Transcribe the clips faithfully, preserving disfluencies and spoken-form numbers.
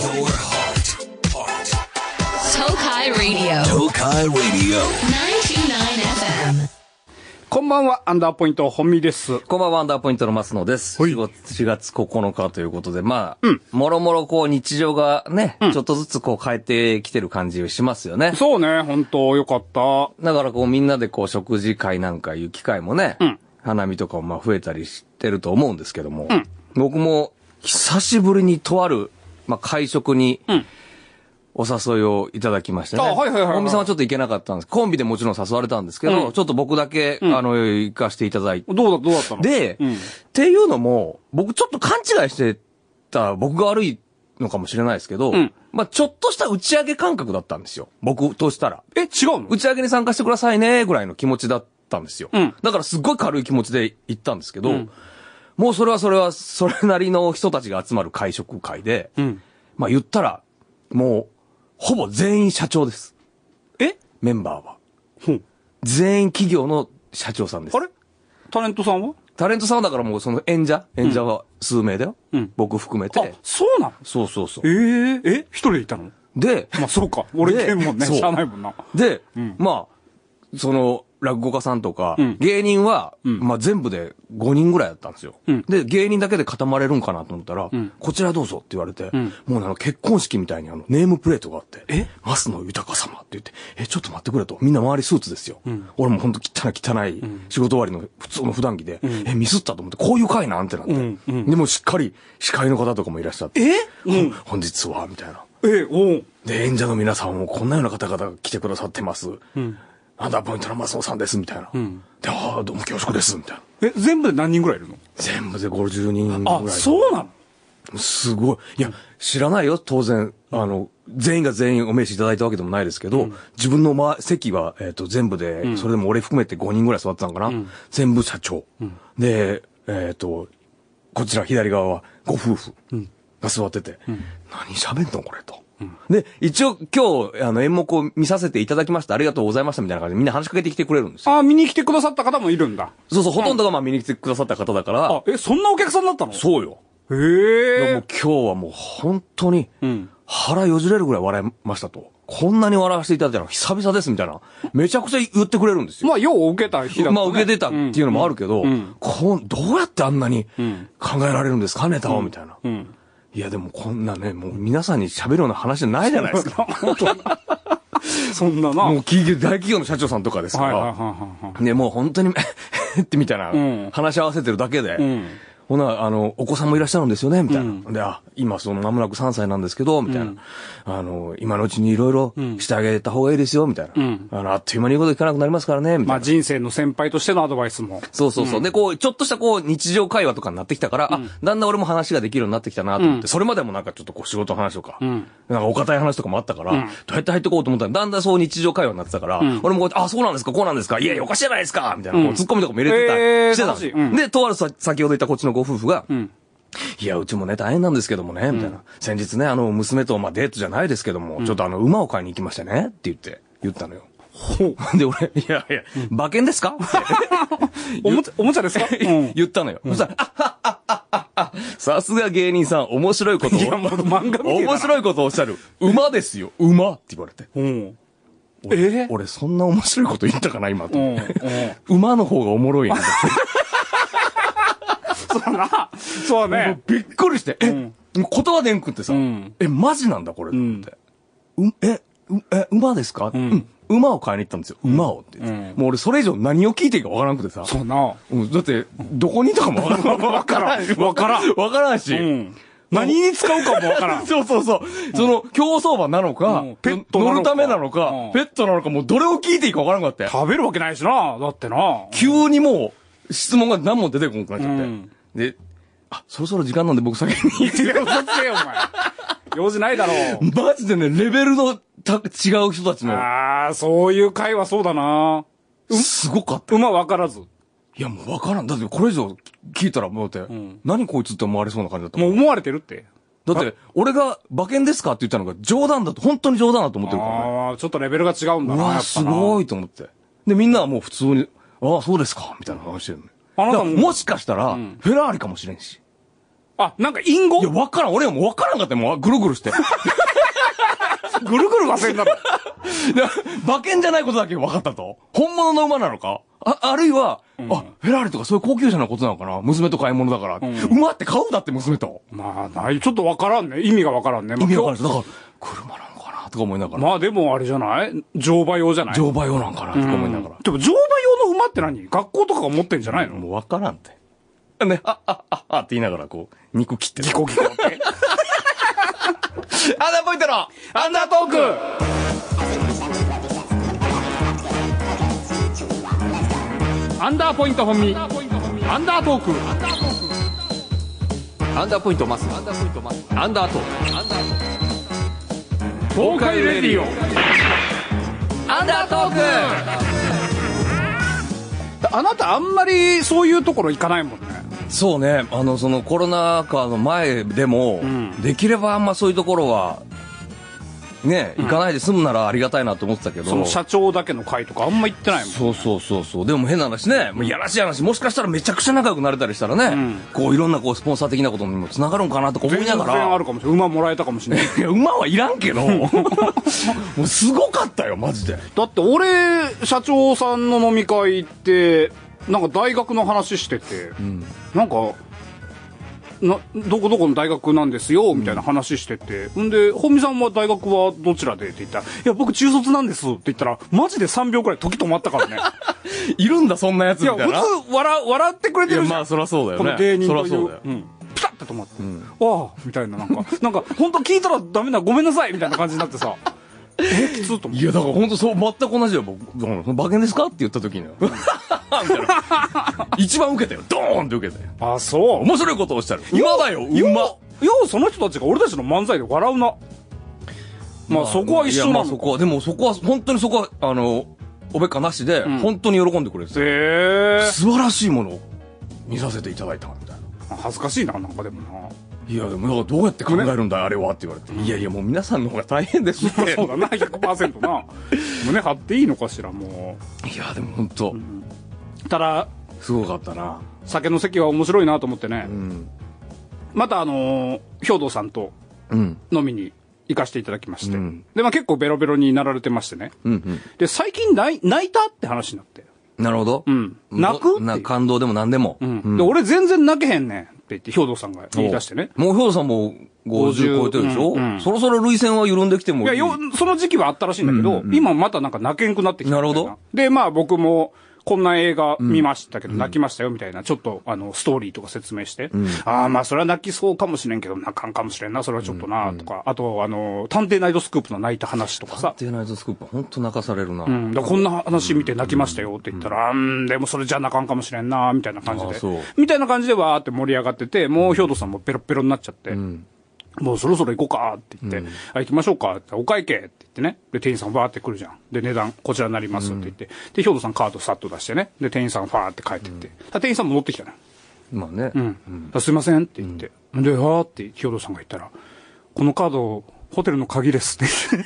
Tokai Radio. Tokai Radio. ナインティーナインエフエム。 こんばんは、アンダーポイント本美です。 こんばんは、アンダーポイントの松野です。 はい、 しがつここのかということで、まあ、 うん、 もろもろこう日常がね、 うん、 ちょっとずつこう変えてきてる感じしますよね。 そうね、本当よかった。 だからこうみんなでこう食事会なんかいう機会もね、うん、花見とかもまあ増えたりしてると思うんですけども、うん、僕も久しぶりにとある、まあ会食に、うん、お誘いをいただきましてね。 あ、はいはいはい、はい。 本美さんはちょっと行けなかったんです。コンビでもちろん誘われたんですけど、うん、ちょっと僕だけ、うん、あの、行かせていただいて。 どうだ、どうだったの？ で、うん、っていうのも、僕ちょっと勘違いしてた、僕が悪いのかもしれないですけど、うん、まあちょっとした打ち上げ感覚だったんですよ。僕としたら。 え、違うの？ 打ち上げに参加してくださいね、ぐらいの気持ちだったんですよ。うん、だからすっごい軽い気持ちで行ったんですけど、うん、もうそれはそれは、それなりの人たちが集まる会食会で、うん、まあ言ったら、もう、ほぼ全員社長です。 え？ メンバーは。 うん。 全員企業の社長さんです。 あれ？タレントさんは？ タレントさんはだからもうその演者演者は数名だよ。うん。僕含めて。 あ、そうなの？ そうそうそう。 ええー、え？一人でいたの？で、まあそうか。俺いけんもんね。しゃあないもんな。 で、うん、まあ、その、落語家さんとか、うん、芸人は、うん、まあ全部でごにんぐらいだったんですよ。うん、で、芸人だけで固まれるんかなと思ったら、うん、こちらどうぞって言われて、うん、もうあの結婚式みたいにあのネームプレートがあって、え増野豊様って言って、え、ちょっと待ってくれと。みんな周りスーツですよ。うん、俺もほんと汚い汚い仕事終わりの普通の普段着で、うん、え、ミスったと思って、こういう会なんてなって、うんうん、でもしっかり司会の方とかもいらっしゃって、 え、 うん、本日は、みたいな。 え、おう。 で、演者の皆さんもこんなような方々が来てくださってます。うんアンダーポイントの松尾さんです、みたいな。うん。で、ああ、どうも恐縮です、みたいな。 え、全部で何人ぐらいいるの？ 全部でごじゅうにんぐらい。 あ、そうなの？すごい。いや、知らないよ、当然。あの、全員が全員お名刺いただいたわけでもないですけど、うん、自分の、ま、席は、えっと、全部で、うん、それでも俺含めてごにんぐらい座ってたのかな。うん、全部社長。うん、で、えっと、こちら左側はご夫婦が座ってて、うん、何喋んのこれと。うん、で、一応今日、あの、演目を見させていただきました。ありがとうございましたみたいな感じでみんな話しかけてきてくれるんですよ。 ああ、見に来てくださった方もいるんだ。 そうそう、ほとんどがまあ見に来てくださった方だから。 あ、え、そんなお客さんだったの？ そうよ。 へえ。 でも今日はもう本当に、腹よじれるぐらい笑いましたと。こんなに笑わせていただいたの久々ですみたいな。めちゃくちゃ言ってくれるんですよ。 まあ、よう受けた日だった、ね。 まあ、受けてたっていうのもあるけど、うんうん、こうどうやってあんなに考えられるんですか、ネタを、みたいな。うんうんいやでもこんなね、もう皆さんに喋るような話じゃないじゃないですか。 そんなな。 もう企業、大企業の社長さんとかですから。はいはいはいはい。で、もう本当に、ってみたいな、うん、話し合わせてるだけで、うん、ほな、あの、お子さんもいらっしゃるんですよね、みたいな。うん、で、あ、今その間もなくさんさいなんですけど、みたいな。うん、あの、今のうちにいろいろしてあげた方がいいですよ、みたいな。うん、あの、あっという間に言うこと聞かなくなりますからね、みたいな。 まあ人生の先輩としてのアドバイスも。 そうそうそう。うん、で、こう、ちょっとしたこう、日常会話とかになってきたから、うん、あ、だんだん俺も話ができるようになってきたなと思って、うん、それまでもなんかちょっとこう、仕事の話とか、うん、なんかお堅い話とかもあったから、うん、どうやって入ってこうと思ったら、だんだんそう日常会話になってたから、うん、俺もこうやって、あ、そうなんですか、こうなんですか、いやいや、おかしいじゃないですか、みたいな、こう、突っ込みとかも入れてた、えー、してたんですよ。うん、で、とあるさ、先ほど言ったこっちのご夫婦が、うんいや、うちもね、大変なんですけどもね、みたいな。うん、先日ね、あの、娘と、まあ、デートじゃないですけども、うん、ちょっとあの、馬を買いに行きましたね、って言って、言ったのよ。ほう。で、俺、いやいや、うん、馬券ですかおもちゃ、おもちゃですか、うん、 言ったのよ。うん、そしたら、あっはっはっはっはさすが芸人さん、面白いことを。いや、もう漫画見て面白いことをおっしゃる。馬ですよ、馬って言われて。うん。俺、えー、俺、そんな面白いこと言ったかな、今と。うんうん、馬の方がおもろいな。 そうな。そうね。 びっくりして。え、うん、言葉でんくってさ、うん、え、マジなんだこれって。うん、え、え、馬ですか、うん、うん。馬を買いに行ったんですよ。馬をって言って、うん。もう俺それ以上何を聞いていいかわからなくてさ。 そうな。 うん、だって、どこにいたかもわからん。 わからん。わからん。 わからんし。うん、 何に使うかもわからん。 そうそうそう。うん、その、競走馬なのか、うん、ペット乗るためなのか、うん、ペットなのか、もうどれを聞いていいかわからんかった。 食べるわけないしな。だってな。 急にもう、質問が何も出てこなくなっちゃって。うん、で、あ、そろそろ時間なんで僕先に言って。 いや、嘘つけよ、お前。用事ないだろう。 マジでね、レベルのた違う人たちの。 ああ、そういう会話そうだな。 すごかった。 馬分からず。 いや、もう分からん。だってこれ以上聞いたらもうだって、うん、何こいつって思われそうな感じだったもん。もう思われてるって。 だって、俺が馬券ですかって言ったのが冗談だと、本当に冗談だと思ってるからね。 ああ、ちょっとレベルが違うんだな。 うわ、すごいと思って。で、みんなはもう普通に、ああ、そうですか、みたいな話してるの。 あなたも。 もしかしたら、うん、フェラーリかもしれんし。 あ、なんか隠語いや、わからん。俺はもうわからんかったよ。もうぐるぐるして。 ぐるぐる忘れんだろ。 馬券じゃないことだけ分かったと。本物の馬なのかあ、あるいは、うん、あ、フェラーリとかそういう高級車のことなのかな娘と買い物だから。うん、馬って買うんだって娘と。 まあ、ない。ちょっとわからんね。意味がわからんね。 まあ、意味わからん。だから、車なのかなとか思いながら。 まあでもあれじゃない乗馬用じゃない乗馬用なんかなとか思いながら。 でも乗馬用の馬って何学校とかが持ってんじゃないのもうわからんって。ね、あ、あ、あ、あって言いながらこう、肉切ってる。 ギコギコって。 アンダーポイントのアンダートークアンダーポイント本身アンダートークアンダーポイントマスアンダーポイントマスアンダートークアンダートーク東海レディオアンダートークあなたあんまりそういうところ行かないもんね。 そうね、あのそのコロナ禍の前でも、うん、できればあんまそういうところはね、行かないで済むならありがたいなと思ってたけど、 その社長だけの会とかあんま行ってないもん、ね、 そうそうそうそう。でも変な話ね、もうやらしい話、もしかしたらめちゃくちゃ仲良くなれたりしたらね、うん、こういろんなこうスポンサー的なことにもつながるんかなとか思いながら。 全然あるかもしれない。馬もらえたかもしれない。 いや馬はいらんけどもうすごかったよマジで。 だって俺社長さんの飲み会行ってなんか大学の話してて、うん、なんかなどこどこの大学なんですよみたいな話してて、うん、んで本見さんは大学はどちらでって言ったら、いや僕中卒なんですって言ったらマジでさんびょうくらい時止まったからねいるんだそんなやつみたいな。 いや普通笑笑ってくれてるじゃん。 いやまあそりゃそうだよね。 この芸人という、 そりゃそうだよ、うん、 ピタッて止まって、うん、わあみたいななんかなんか本当聞いたらダメだごめんなさいみたいな感じになってさえきつっと思って。 いやだから本当そう全く同じよ。僕馬券ですかって言った時にみたいな一番受けたよ。ドーンって受けたよ。 あそう。 面白いことをしたら馬だよ馬。 ようその人たちが俺たちの漫才で笑うな。まあそこは一緒なのか。 まあそこはでもそこは本当にそこはあのおべっかなしで、うん、本当に喜んでくれて、 へえ素晴らしいものを見させていただいたみたいな。 恥ずかしいななんかでもな。 いやでもだからどうやって考えるんだ、ね、あれはって言われて、うん、いやいやもう皆さんの方が大変ですってそうだな ひゃくパーセント な胸張っていいのかしらもう。いやでも本当、うん、 ただすごかったな。 酒の席は面白いなと思ってね、うん、またあのー、兵藤さんと飲みに行かせていただきまして、うん、でまあ結構ベロベロになられてましてね、うんうん、で最近泣い泣いたって話になって。 なるほど、 うん、泣くな感動でも何でも、 うんうん、で俺全然泣けへんねんって言って兵藤さんが言い出してね。 もう兵藤さんもごじゅう超えてるでしょ、うんうん、そろそろ涙腺は緩んできてもいい。 いやよその時期はあったらしいんだけど、うんうん、今またなんか泣けんくなってきたみたいな。 なるほど。 でまあ僕もこんな映画見ましたけど、うん、泣きましたよみたいなちょっとあのストーリーとか説明して、うん、ああまあそれは泣きそうかもしれんけど泣かんかもしれんなそれはちょっとなとか、うんうん、あとあの探偵ナイトスクープの泣いた話とかさ。 探偵ナイトスクープは本当泣かされるな、 うん、だこんな話見て泣きましたよって言ったら、うん、うんでもそれじゃ泣かんかもしれんなみたいな感じでみたいな感じでわーって盛り上がってて、もう兵藤さんもペロペロになっちゃって、うん、もうそろそろ行こうかって言って、うん、あ行きましょうかってお会計って言ってね、で店員さんバーって来るじゃん。で値段こちらになりますって言って、うん、で兵藤さんカードさっと出してね、で店員さんファーって帰ってって、うん、店員さん戻ってきたね。 まあね、 うんうん、すいませんって言って、うん、ではーって兵藤さんが言ったら、このカードホテルの鍵ですって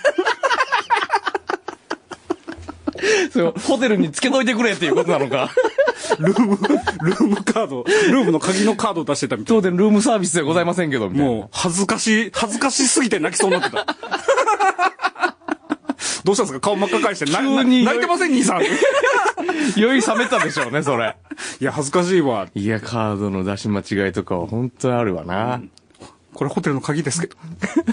そうホテルにつけといてくれっていうことなのかルームルームカードルームの鍵のカードを出してたみたいな。 当然ルームサービスではございませんけどみたいな。 もう恥ずかしい恥ずかしすぎて泣きそうになってたどうしたんですか顔真っ赤かいして急に泣いてません兄さん酔い冷めたでしょうねそれ。 いや恥ずかしいわ。 いやカードの出し間違いとかは本当にあるわな、うん、 これホテルの鍵ですけど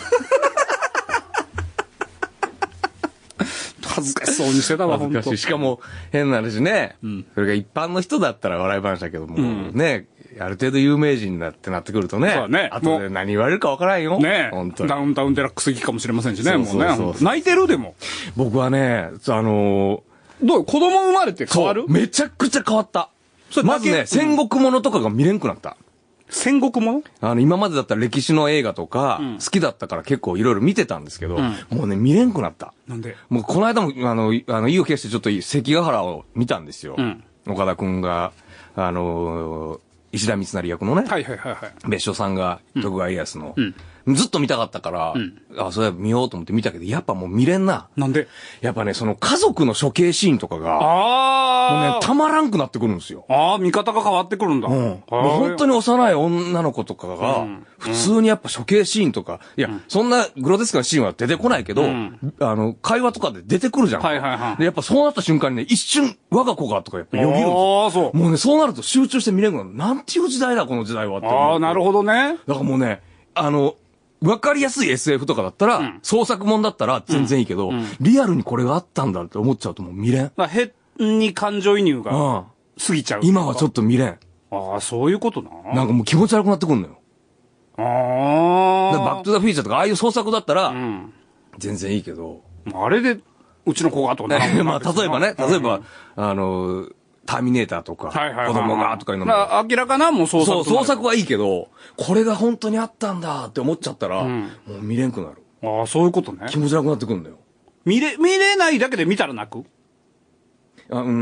恥ずかしそうにしてたわ。 恥ずかしい。しかも変な話ね、うん、それが一般の人だったら笑い話だけども、うん、ねある程度有名人だってなってくるとね、そうね、後で何言われるか分からんよね。 本当にダウンタウンデラックス行きかもしれませんしね。もうね泣いてるでも。 僕はねあのー、どう子供生まれて変わる？ めちゃくちゃ変わった。まずね、うん、戦国ものとかが見れんくなった。 戦国もの？ あの、今までだったら歴史の映画とか、好きだったから結構いろいろ見てたんですけど、うん、もうね、見れんくなった。 なんで？ もうこの間も、あの、あの、意を決してちょっと関ヶ原を見たんですよ。うん、岡田くんが、あの、石田三成役のね、 はいはいはいはい。 別所さんが徳川家康の、うん、 ずっと見たかったから、うん、あ、それ見ようと思って見たけど、やっぱもう見れんな。 なんで？ やっぱね、その家族の処刑シーンとかが、あもうね、たまらんくなってくるんですよ。 ああ、見方が変わってくるんだ。うん。もう本当に幼い女の子とかが、うん、普通にやっぱ処刑シーンとか、いや、うん、そんなグロテスクなシーンは出てこないけど、うん、あの、会話とかで出てくるじゃん。 はいはいはい。 で、やっぱそうなった瞬間にね、一瞬、我が子がとかやっぱよぎるんですよ。ああ、そう。もうね、そうなると集中して見れるの。なんていう時代だ、この時代はって。 ああ、なるほどね。 だからもうね、あの、わかりやすい エスエフ とかだったら、うん、創作もんだったら全然いいけど、うんうん、リアルにこれがあったんだって思っちゃうともう見れん。 だ変に感情移入が過ぎちゃう。 今はちょっと見れん。 ああ、そういうことな。 なんかもう気持ち悪くなってくるのよ。 ああ。 バックトゥザフューチャーとかああいう創作だったら、うん、全然いいけど。 あれで、うちの子がとかね。 まあ、例えばね、例えば、うん、あの、ターミネーターとか、はいはいはいはい、子供がとかいうのも。 明らかなもう創作。 そう、創作はいいけど、これが本当にあったんだって思っちゃったら、うん、もう見れんくなる。 ああ、そういうことね。 気持ち悪くなってくるんだよ。 見れ、見れないだけで見たら泣く？ あ、うん、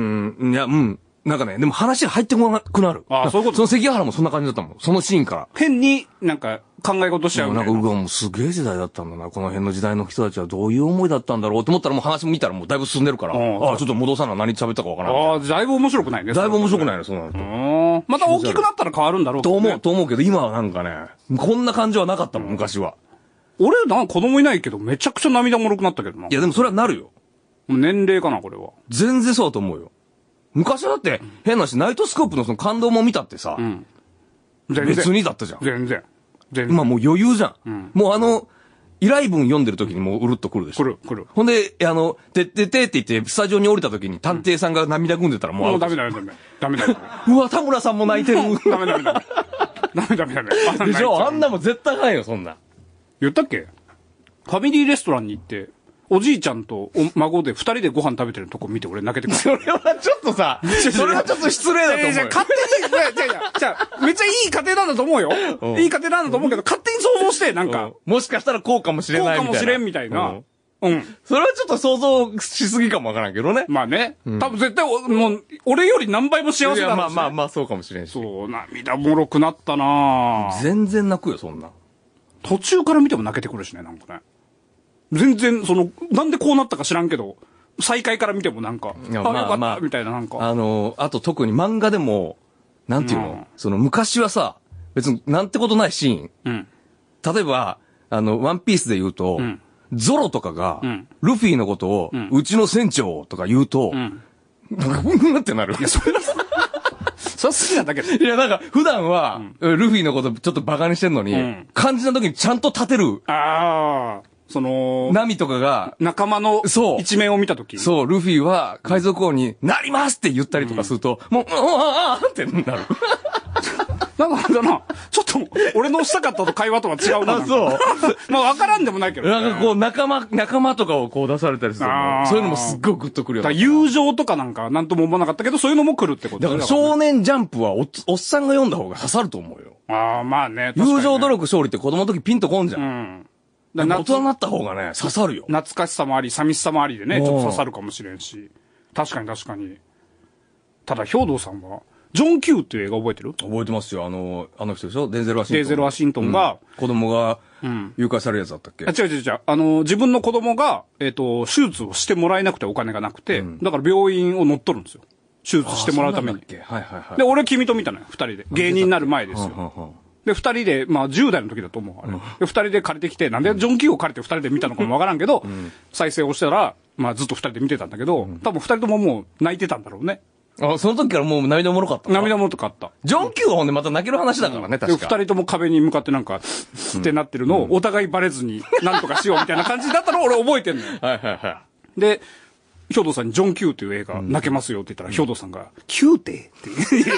いや、うん。なんかね、でも話が入ってこなくなる。 ああ、そういうこと。 その関ヶ原もそんな感じだったもん。そのシーンから。 変になんか考え事しちゃうみたいな。 なんか、うわ、もうすげえ時代だったんだな。この辺の時代の人たちはどういう思いだったんだろうって思ったらもう話見たらもうだいぶ進んでるから。ああ、ちょっと戻さな何喋ったかわからない。 ああ、だいぶ面白くないね。 だいぶ面白くないね、そうなると。 また大きくなったら変わるんだろうと思う、と思うけど、今はなんかね、こんな感じはなかったもん、昔は。 俺、なんか子供いないけど、めちゃくちゃ涙もろくなったけどな。 いや、でもそれはなるよ。 年齢かな、これは。 全然そうだと思うよ。昔だって、変なし、ナイトスコープのその感動も見たってさ、うん、全然別にだったじゃん。 全然。全然。 今もう余裕じゃん。うん、もうあの、依頼文読んでる時にもううるっとくるでしょ。 来る、来る。 ほんで、あの、てっててって言って、スタジオに降りた時に探偵さんが涙ぐんでたらもう、 もうダメダメダメ。ダメダメ。 うわ、田村さんも泣いてる。 ダメダメダメ。ダメダメダメ。 でしょ、あんなもん絶対ないよ、そんな。 言ったっけ？ファミリーレストランに行って、おじいちゃんとお孫で二人でご飯食べてるとこ見て俺泣けてくる。 それはちょっとさ、それはちょっと失礼だと思うよ。 いやいや、勝手に、いやいやいや、じゃあ、めっちゃいい家庭なんだと思うよ。いい家庭なんだと思うけど、勝手に想像して、なんか。 もしかしたらこうかもしれないみたいな。 こうかもしれんみたいな。うん。 それはちょっと想像しすぎかもわからんけどね。 まあね。多分絶対、もう、俺より何倍も幸せだろうし。いや、 まあまあまあ、そうかもしれんし。 そう、涙もろくなったな全然泣くよ、そんな。 途中から見ても泣けてくるしね、なんかね。全然、その、なんでこうなったか知らんけど、再開から見てもなんか、 いやまあ、よかった、まあ、 みたいななんか。 あの、あと特に漫画でも、なんていうの、うん、その昔はさ、別になんてことないシーン。うん、例えば、あの、ワンピースで言うと、うん、ゾロとかが、うん、ルフィのことを、うん、うちの船長とか言うと、うん、なんか、うんってなる。いや、それはそれ好きなだけで。 いや、なんか、普段は、うん、ルフィのことちょっとバカにしてんのに、うん、肝心な時にちゃんと立てる。 ああ。その、 ナミとかが、 仲間の一面を見たとき。 そう、ルフィは海賊王になりますって言ったりとかすると、うん、もう、うん、ああってなる。 なんかだな、ちょっと、俺のしたかったと会話とは違うな。 あ、そう。 まあわからんでもないけど、 ね。なんかこう、仲間、仲間とかをこう出されたりするの。そういうのもすっごいグッとくるよ。 だから友情とかなんかなんとも思わなかったけど、そういうのも来るってことだから少年ジャンプはお、おっさんが読んだ方が刺さると思うよ。 ああ、まあね。 友情努力勝利って子供の時ピンとこんじゃん。うん。大人になった方がね、刺さるよ。 懐かしさもあり、寂しさもありでね、ちょっと刺さるかもしれんし。確かに確かに。ただ、兵藤さんは、ジョン・キューっていう映画覚えてる？ 覚えてますよ。あの、あの人でしょ？デンゼル・ワシントン。 デンゼル・ワシントンが、うん、 子供が、誘拐されるやつだったっけ？ あ、違う違う違う。あの、自分の子供が、えっと、手術をしてもらえなくてお金がなくて、うん、だから病院を乗っ取るんですよ。手術してもらうために。 はいはいはい。 で、俺君と見たのよ、二人で。芸人になる前ですよ。で、二人で、まあ、じゅう代の時だと思う、あれ。うん、で、二人で借りてきて、なんでジョン・キューを借りて二人で見たのかもわからんけど、うん、再生をしたら、まあ、ずっと二人で見てたんだけど、うん、多分二人とももう泣いてたんだろうね。 あ、その時からもう涙もろかった涙もろかった。 ジョン・キューはほんでまた泣ける話だからね、うん、確かに。 二人とも壁に向かってなんか、ってなってるのを、お互いバレずに、なんとかしようみたいな感じだったのを俺覚えてんのよ。 はいはいはい。 で、兵藤さんにジョン・キューっていう映画、泣けますよって言ったら、兵藤さんが、キューってって言って、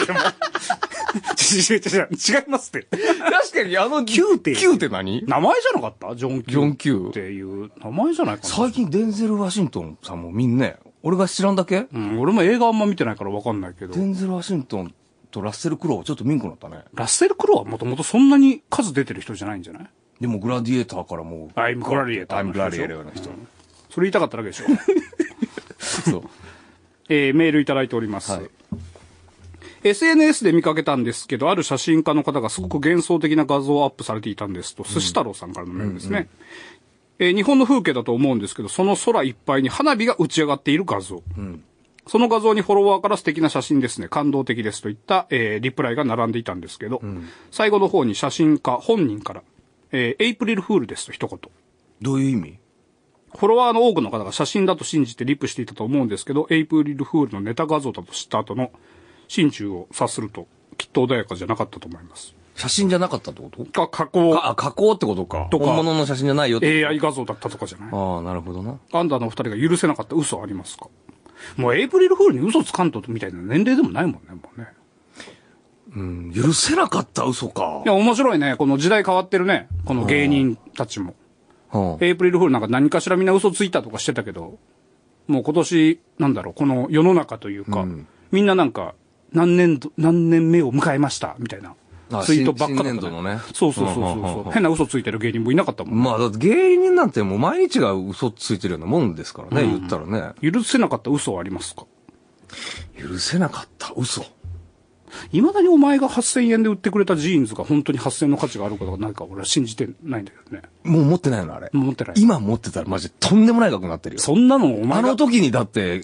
違いますって。 確かにあの、 キューって。 キューって何？ 名前じゃなかったジョン・キュー。 ジョン・キュー。 っていう名前じゃないかな。 最近デンゼル・ワシントンさんもみんな、俺が知らんだけ？ うん、俺も映画あんま見てないからわかんないけど。 デンゼル・ワシントンとラッセル・クロウちょっとミンクなったね。 ラッセル・クロウはもともとそんなに数出てる人じゃないんじゃない？ でもグラディエーターからもう。 アイム・グラディエーター。 アイム・グラディエーターの人。 それ言いたかっただけでしょ。 そう。 えー、メールいただいております。はい、 エスエヌエス で見かけたんですけど、ある写真家の方がすごく幻想的な画像をアップされていたんですと、寿司太郎さんからのメールですね。うんうんえー、日本の風景だと思うんですけど、その空いっぱいに花火が打ち上がっている画像。うん、その画像にフォロワーから素敵な写真ですね、感動的ですといった、えー、リプライが並んでいたんですけど、うん、最後の方に写真家本人から、えー、エイプリルフールですと一言。 どういう意味？ フォロワーの多くの方が写真だと信じてリプしていたと思うんですけど、エイプリルフールのネタ画像だと知った後の心中を察すると、きっと穏やかじゃなかったと思います。 写真じゃなかったってことか、加工。 あ、加工ってことか。とか。本物の写真じゃないよって。 エーアイ 画像だったとかじゃない。 ああ、なるほどな。 アンダーのお二人が許せなかった嘘ありますか？もうエイプリルフールに嘘つかんとみたいな年齢でもないもんね、もうね。 うん、許せなかった嘘か。 いや、面白いね。この時代変わってるね。この芸人たちも。はあ、エイプリルフールなんか何かしらみんな嘘ついたとかしてたけど、もう今年、なんだろう、この世の中というか、うん、みんななんか、何年度、何年目を迎えました、みたいな。ツイートばっかだった、ね。新年度のね。そうそうそうそう。うんうんうん、変な嘘ついてる芸人もいなかったもんね。 まあ、だって芸人なんてもう毎日が嘘ついてるようなもんですからね、うん、言ったらね。 許せなかった嘘はありますか？ 許せなかった嘘。 いまだにお前がはっせんえんで売ってくれたジーンズが本当にはっせんえんの価値があることがないか俺は信じてないんだけどね。 もう持ってないのあれ。 もう持ってない。 今持ってたらマジでとんでもない額になってるよ。 そんなのお前が。あの時にだって、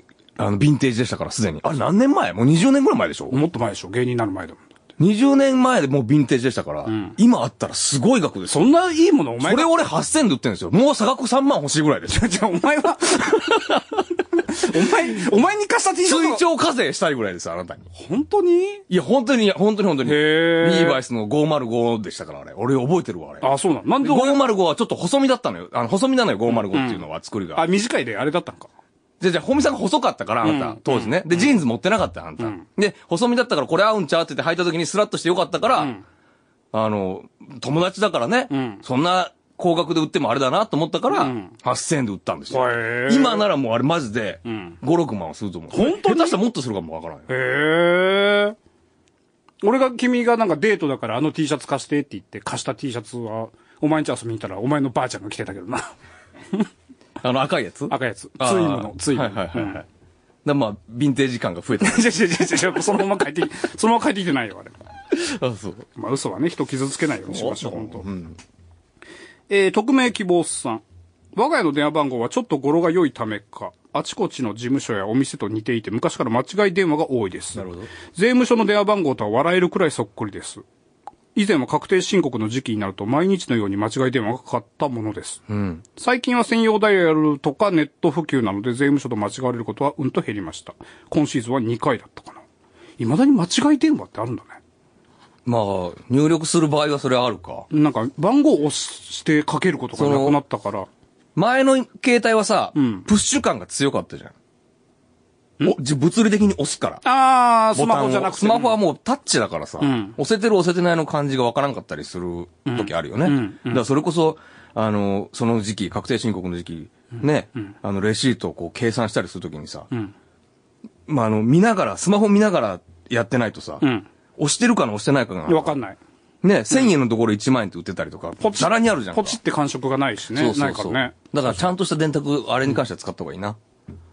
あの、ヴィンテージでしたからすでに。あれ何年前？もうにじゅうねんぐらい前でしょ？ もっと前でしょ？芸人になる前だもん。 にじゅうねんまえでもうヴィンテージでしたから、うん、今あったらすごい額ですよ。そんないいものお前それ俺はっせんで売ってるんですよ。もう差額さんまん欲しいぐらいですよ。 じゃあお前はお前、お前に貸した T シャツ追徴課税したいぐらいです、あなたに。 本当に？ いや、本当に、本当に本当に。 へー。 リーバイスのごーまるごでしたから、あれ。俺覚えてるわ、あれ。 あ、そうなの？なんでごーまるごはちょっと細身だったのよ。あの、細身なのよ、ごーまるごっていうのは、作りが。 あ、短いで、あれだったんか。 じゃじゃホミさんが細かったから、あんた、当時ね。で、ジーンズ持ってなかった、あんた。で、細身だったからこれ合うんちゃうって言って履いた時にスラッとしてよかったから、あの、友達だからね、そんな高額で売ってもあれだなと思ったから、はっせんえんで売ったんですよ。今ならもうあれマジで、ご、ろくまんはすると思う。 本当に？ 下手したらもっとするかもわからない。 へー。俺が、君がなんかデートだからあの T シャツ貸してって言って貸した T シャツは、お前んち遊びに行ったらお前のばあちゃんが着てたけどな。 あの赤いやつ？ 赤いやつ。ツイムの、ツイム。 はいはいはい、はい。うん、だまあ、ヴィンテージ感が増えた。 いやいやいやいや、そのまま帰ってき、そのまま帰ってきてないよ、あれ。 あ、そう。 まあ、嘘はね、人傷つけないようにしましょう、本当。うん、えー、匿名希望さん。我が家の電話番号はちょっと語呂が良いためか、あちこちの事務所やお店と似ていて、昔から間違い電話が多いです。 なるほど。 税務署の電話番号とは笑えるくらいそっくりです。以前は確定申告の時期になると毎日のように間違い電話がかかったものです。うん、最近は専用ダイヤルとかネット普及なので税務署と間違われることはうんと減りました。今シーズンはにかいだったかな。未だに間違い電話ってあるんだね。 まあ、入力する場合はそれあるか。 なんか番号を押してかけることがなくなったから。 前の携帯はさ、うん、プッシュ感が強かったじゃん。お物理的に押すから。 ああ、スマホじゃなくて。 スマホはもうタッチだからさ、うん、押せてる押せてないの感じがわからんかったりする時あるよね。うんうん、だからそれこそ、あの、その時期、確定申告の時期、ね、うん、あの、レシートをこう計算したりするときにさ、うん、まあ、あの、見ながら、スマホ見ながらやってないとさ、うん、押してるかな押してないかが。 わかんない。 ね、せんえんのところいちまんえんって売ってたりとか、ざらにあるじゃん。 ポチって感触がないしね。そうそうそう。ないからね。 だからちゃんとした電卓、あれに関しては使った方がいいな。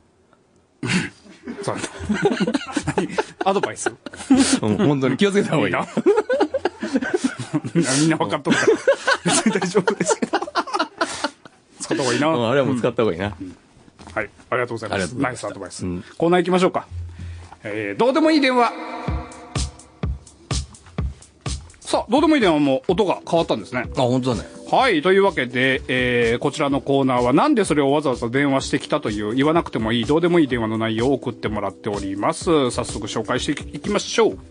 そうアドバイスうん、本当に気をつけた方がいいな。 みんな、みんな分かっとるから。別に大丈夫ですけど。使った方がいいな。 うん、あれはもう使った方がいいな、 うんうん。はい。ありがとうございます。ナイスアドバイス。うん、コーナー行きましょうか。えー、どうでもいい電話。さあ、どうでもいい電話も音が変わったんですね。 あ、本当だね。 はい。というわけで、えー、こちらのコーナーはなんでそれをわざわざ電話してきたという言わなくてもいい、どうでもいい電話の内容を送ってもらっております。早速紹介していきましょう。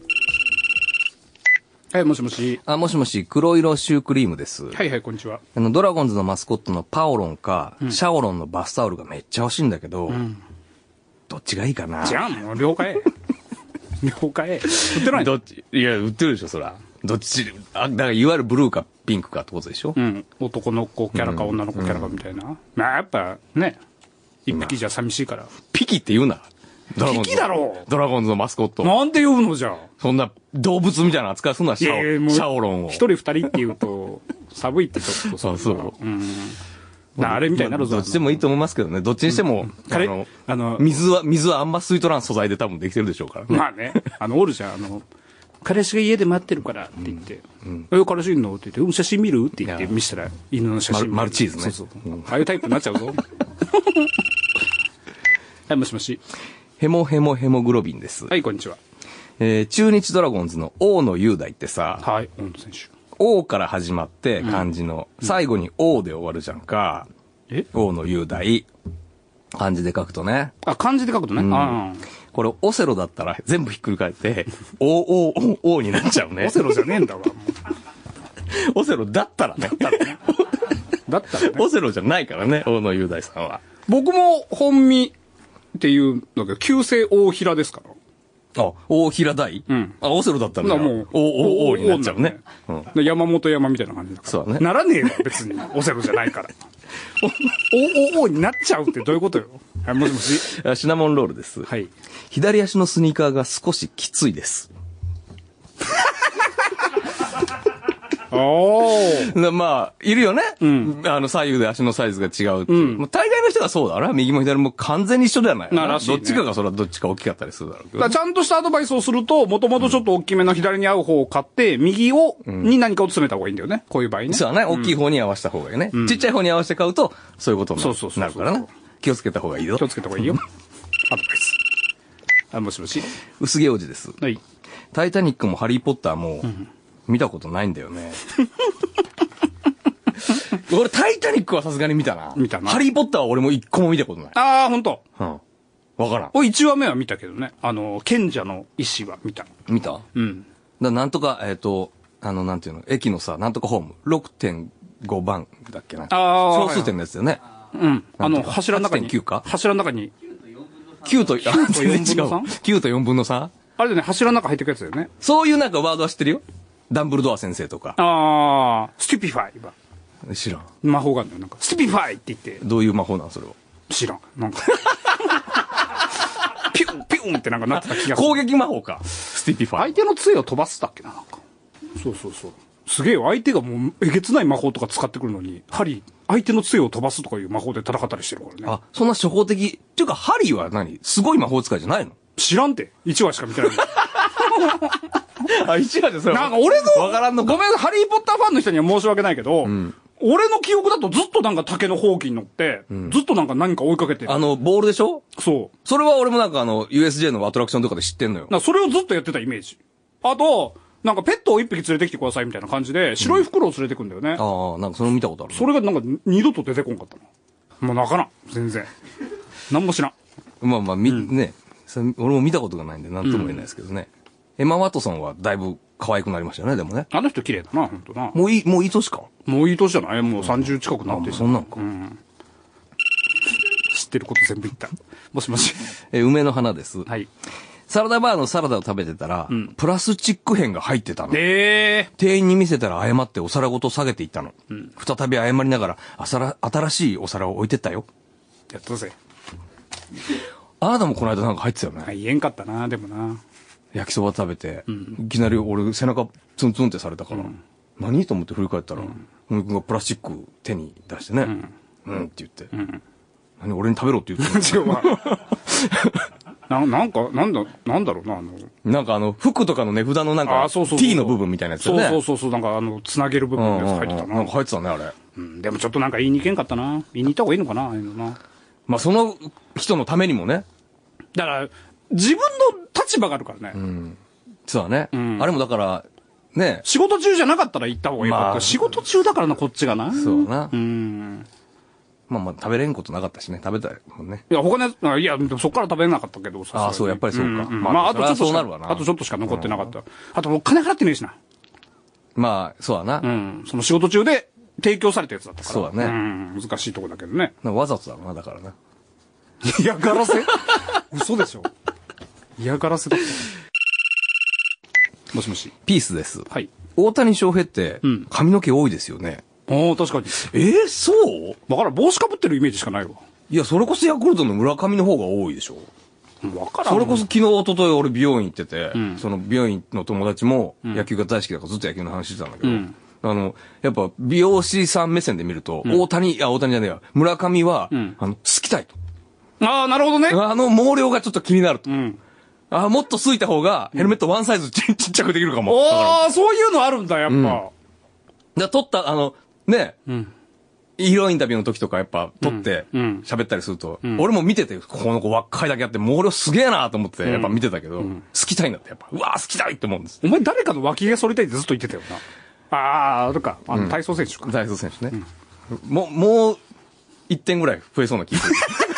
はい、もしもし。 あ、もしもし、黒色シュークリームです。 はいはい、こんにちは。 あの、ドラゴンズのマスコットのパオロンか、うん、シャオロンのバスタオルがめっちゃ欲しいんだけど、うん、どっちがいいかな。 じゃあもう、了解。了解。売ってないの？ どっち、いや、売ってるでしょ、そら。どっち、あ、だからいわゆるブルーかピンクかってことでしょ？ うん。男の子キャラか女の子キャラかみたいな。うん、まあやっぱね、一匹じゃ寂しいから。 ピキって言うな。 ドラゴンズ。ピキだろドラゴンズのマスコット。 なんで呼ぶのじゃあ。 そんな動物みたいな扱いすんな、シャオ、シャオロンを。 一人二人って言うと、寒いってちょっとそうそう。うん。 あれみたいになるぞ。 どっちでもいいと思いますけどね。どっちにしても、あの、あの、水は、水はあんま吸い取らん素材で多分できてるでしょうからね。 まあね。あの、おるじゃん、あの、彼氏が家で待ってるからって言って、え、彼氏いんのって言って、うん、写真見るって言って見せたら、犬の写真。 マルチーズね。 そうそう。ああいうタイプになっちゃうぞ。はい、もしもし。 ヘモヘモヘモグロビンです。 はい、こんにちは。 えー、中日ドラゴンズの大野雄大ってさ、 はい、大野選手。 王から始まって漢字の、うん、最後に王で終わるじゃんか。 え王の雄大。漢字で書くとね。 あ、漢字で書くとね。うん、あこれ、オセロだったら全部ひっくり返って、王、王、王、王になっちゃうね。 オセロじゃねえんだわ。 オセロだったらね。 だったらね。だったらね。 オセロじゃないからね、大野雄大さんは。 僕も本身っていうんだけど、旧姓大平ですから。 あ、大平大うん。あ、オセロだったんだ。 もう、 お、お、おになっちゃうね。 うん。山本山みたいな感じだから。 そうだね。 ならねえわ、別に。オセロじゃないから。お、お、おになっちゃうってどういうことよ。はい、もしもし。 シナモンロールです。 はい。 左足のスニーカーが少しきついです。 おー。 まあ、いるよね。うん。あの、左右で足のサイズが違うっていう。うん。まあ、大概の人がそうだな。右も左も完全に一緒ではないな。 ならしい、ね。 どっちかがそれはどっちか大きかったりするだろうけど。 だちゃんとしたアドバイスをすると、もともとちょっと大きめの左に合う方を買って、右を、うん、に何かを詰めた方がいいんだよね。こういう場合ね。 そうだね。大きい方に合わせた方がいいね。うん、ちっちゃい方に合わせて買うと、そういうことになる。そうそうそうなるからね。気をつけた方がいいよ。 気をつけた方がいいよ。アドバイス。あ、もしもし。 薄毛王子です。 はい。 タイタニックもハリーポッターも、うん見たことないんだよね。俺、タイタニックはさすがに見たな。 見たな。 ハリーポッターは俺も一個も見たことない。 ああ、ほんと。 うん。わからん。 お、一話目は見たけどね。あの、賢者の石は見た。 見たうん。 だなんとか、えっ、ー、と、あの、なんていうの、駅のさ、なんとかホーム、ろくてんごばんだっけな。 ああ。 小数点のやつだよね。 うん。あの、柱の中に。 はちてんきゅう か柱の中に。 きゅうと、あ、全然違う。きゅうとよんぶんの さん? あれでね、柱の中入ってくやつだよね。 そういうなんかワードは知ってるよ。ダンブルドア先生とか。 ああ、スティピファイは。 知らん。 魔法があるのよ。なんか、スティピファイって言って。 どういう魔法なんそれは。 知らん。なんか。ピュン、ピュンってなんかなってた気がする。 攻撃魔法か。スティピファイ。 相手の杖を飛ばすだっけな、なんか。そうそうそう。すげえよ。相手がもう、えげつない魔法とか使ってくるのに、ハリー、相手の杖を飛ばすとかいう魔法で戦ったりしてるからね。 あ、そんな初歩的。っていうか、ハリーは何すごい魔法使いじゃないの知らんて。いちわしか見てない。 あ、いちわでそれ。 なんか俺の、 わからんのか。 ごめん、ハリーポッターファンの人には申し訳ないけど、うん、俺の記憶だとずっとなんか竹のほうきに乗って、うん、ずっとなんか何か追いかけてる。 あの、ボールでしょそう。 それは俺もなんかあの、ユーエスジェー のアトラクションとかで知ってんのよ。 それをずっとやってたイメージ。あと、なんかペットを一匹連れてきてくださいみたいな感じで、白い袋を連れてくんだよね。 うん、ああ、なんかそれ見たことある、ね。 それがなんか二度と出てこんかったの。もうなかな。全然。なんも知らん。 まあまあ、み、うん、ね。俺も見たことがないんで、なんとも言えないですけどね。うん、エマ・ワトソンはだいぶ可愛くなりましたよね、でもね。 あの人綺麗だな、ほんとな。 もういい、もういい年かもういい年じゃないもうさんじゅう近くなってる。 そんなんか、 うん。知ってること全部言った。もしもし。 え、梅の花です。 はい。 サラダバーのサラダを食べてたら、うん、プラスチック片が入ってたの。 えー、 店員に見せたら謝ってお皿ごと下げていったの。うん、再び謝りながら、あさら、新しいお皿を置いてったよ。 やったぜ。 あなたもこの間なんか入ってたよね。 言えんかったな、でもな。 焼きそば食べて、うん、いきなり俺背中ツンツンってされたから、うん、何と思って振り返ったら、森、うん、君がプラスチック手に出してね、うん、うんって言って、うん、何俺に食べろって言って違うわ。な、なんか、なんだ、なんだろうな、あの。 なんかあの、服とかの値札のなんか、 あ、そうそうそう T の部分みたいなやつだよね。 そうそうそう、なんかあの、つなげる部分のやつ入ってたな。 うんうんうん、なんか入ってたね、あれ。 うん、でもちょっとなんか言いに行けんかったな。言いに行った方がいいのかな、ああいうのな。 まあその人のためにもね。 だから、自分の立場があるからね。 うん。そうだね。うん、あれもだから、ね。 仕事中じゃなかったら行った方がいいかった、まあ。仕事中だからな、こっちがな。 そうだな。 うん。 まあまあ、食べれんことなかったしね。食べたいもんね。 いや、他のやつ、いや、そっから食べれなかったけど、 ああ、そう、やっぱりそうか。うんうん、 まあ、まあ、あとちょっとしか、 あとちょっとしか残ってなかった。うん、あと、お金払ってねえしな。 まあ、そうだな。 うん。その仕事中で提供されたやつだったから。 そうだね。 うん。難しいとこだけどね。 わざとだろうな、だからな。 嫌がらせ嘘でしょ。嫌がらせだった。もしもし。 ピースです。 はい。 大谷翔平って、髪の毛多いですよね。 ああ、確かに。 えー、そうだから帽子かぶってるイメージしかないわ。 いや、それこそヤクルトの村上の方が多いでしょ。 わからん。 それこそ昨日、一昨日俺美容院行ってて、うん、その美容院の友達も野球が大好きだからずっと野球の話してたんだけど、うん、 あの、やっぱ美容師さん目線で見ると、うん、大谷、いや、大谷じゃねえや、村上は、うん、あの、すきたいと。 ああ、なるほどね。 あの毛量がちょっと気になると。うん、ああ、もっとすいた方が、ヘルメットワンサイズち, ちっちゃくできるかも。 おー、そういうのあるんだ、やっぱ。うん、 だ撮った、あの、ね、うん、ヒーローインタビューの時とかやっぱ撮って、喋ったりすると、うん、俺も見てて、この子若いだけあって、毛量すげえなと思って、やっぱ見てたけど、うん、好きたいんだって、やっぱ、うわー好きたいって思うんです。 お前誰かの脇毛剃りたいってずっと言ってたよな。ああ、あるか。あの、体操選手か。 うん、体操選手ね。うん、もう、もう、いってんぐらい増えそうな気がする。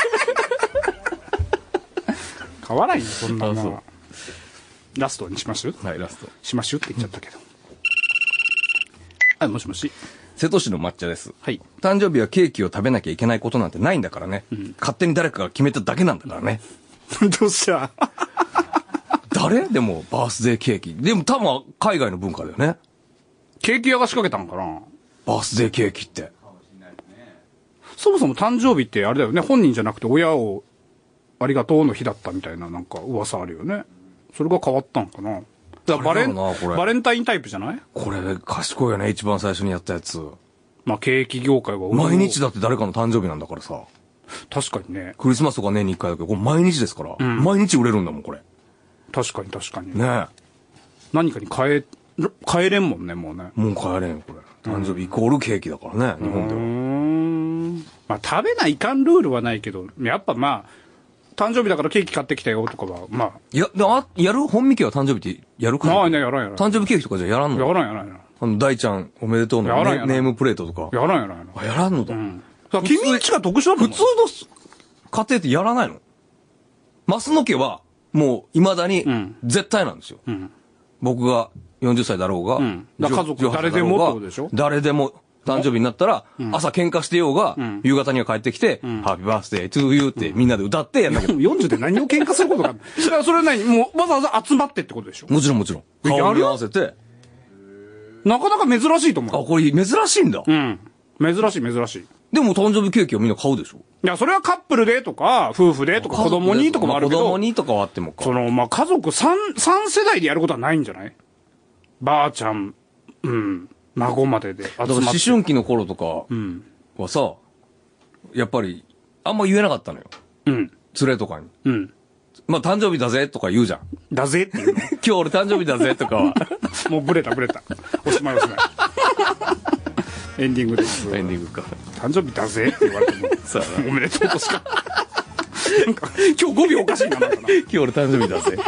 変わらんよ、そんなの。ラストにしましょう。 はい、ラスト。 しましょうって言っちゃったけど。うん、はい、もしもし。 瀬戸市の抹茶です。 はい。 誕生日はケーキを食べなきゃいけないことなんてないんだからね。うん、勝手に誰かが決めただけなんだからね。 どうした誰でもバースデーケーキ。でも多分海外の文化だよね。 ケーキ屋が仕掛けたんかな、 バースデーケーキって。 そもそも誕生日ってあれだよね。本人じゃなくて親をありがとうの日だったみたいななんか噂あるよね。それが変わったんかな。だからバレン、バレンタインタイプじゃない？ これ賢いよね、一番最初にやったやつ。 まあケーキ業界は毎日だって誰かの誕生日なんだからさ。 確かにね。 クリスマスとか年に一回だけど、これ毎日ですから、うん。毎日売れるんだもん、これ。 確かに確かに。 ねえ。 何かに変え、変えれんもんね、もうね。 もう変えれんよ、これ。誕生日イコールケーキだからね、日本では。うーん。まあ食べないかんルールはないけど、やっぱまあ、誕生日だからケーキ買ってきたよとかは、まあ。 いや、あやる本見家は誕生日ってやるかなあ、ね、やらんやらん。 誕生日ケーキとかじゃやらんの？ やらんやらんやらん。 あの、大ちゃんおめでとうのやらんやらんネームプレートとか。 やらんやらんやらん。 あ、やらんのだ。うん。君んちが特殊だと思う。 普通の家庭ってやらないの？増野家は、もう、未だに、絶対なんですよ。うん、僕がよんじゅっさいだろうが、うん、 だ家族誰でもってことでしょ？ 誰でも、誕生日になったら、朝喧嘩してようが、夕方には帰ってきて、ハッピーバースデートゥーユーってみんなで歌ってやんだけど。 よんじゅうで何を喧嘩することがあるの？だからそれは何もうわざわざ集まってってことでしょ？ もちろんもちろん。顔に合わせて。 なかなか珍しいと思う。 あ、これ珍しいんだ。 うん。珍しい珍しい。 でも誕生日ケーキはみんな買うでしょ？ いや、それはカップルでとか、夫婦でとか、子供にとかもあるけど。 子供にとかはあってもか。 その、まあ、家族三、三世代でやることはないんじゃない？ばあちゃん、うん。孫までで集まって。 思春期の頃とかはさ、うん、やっぱり、あんま言えなかったのよ。うん。連れとかに。うん。まあ、誕生日だぜとか言うじゃん。 だぜっていうの今日俺誕生日だぜとかは。 もうブレたブレた。おしまいおしまい。エンディングです。 エンディングか。 誕生日だぜって言われても。そうおめでとうとしか。なんか、今日語尾おかしいな、なんかな。 今日俺誕生日だぜ。